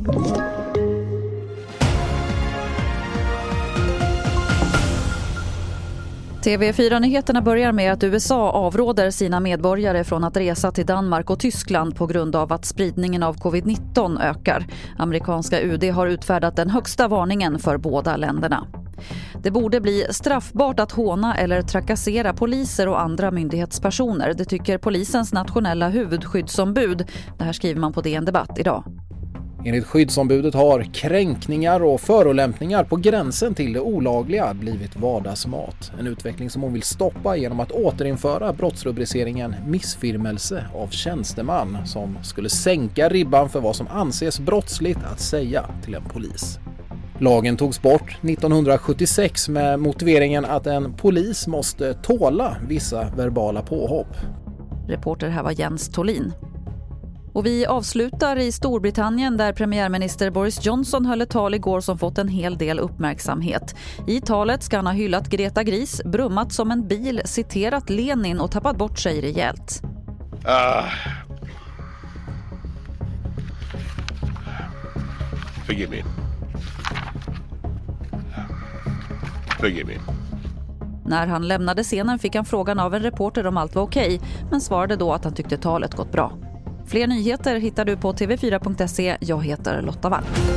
TV4-nyheterna börjar med att USA avråder sina medborgare från att resa till Danmark och Tyskland på grund av att spridningen av covid-19 ökar. Amerikanska UD har utfärdat den högsta varningen för båda länderna. Det borde bli straffbart att håna eller trakassera poliser och andra myndighetspersoner. Det tycker polisens nationella huvudskyddsombud. Det här skriver man på DN Debatt idag. Enligt skyddsombudet har kränkningar och förolämpningar på gränsen till det olagliga blivit vardagsmat. En utveckling som hon vill stoppa genom att återinföra brottsrubriceringen missfirmelse av tjänsteman som skulle sänka ribban för vad som anses brottsligt att säga till en polis. Lagen togs bort 1976 med motiveringen att en polis måste tåla vissa verbala påhopp. Reporter här var Jens Tolin. Och vi avslutar i Storbritannien där premiärminister Boris Johnson höll ett tal igår som fått en hel del uppmärksamhet. I talet ska han ha hyllat Greta Gris, brummat som en bil, citerat Lenin och tappat bort sig rejält. Forgive me. Forgive me. När han lämnade scenen fick han frågan av en reporter om allt var okej, men svarade då att han tyckte talet gått bra. Fler nyheter hittar du på tv4.se. Jag heter Lotta Wall.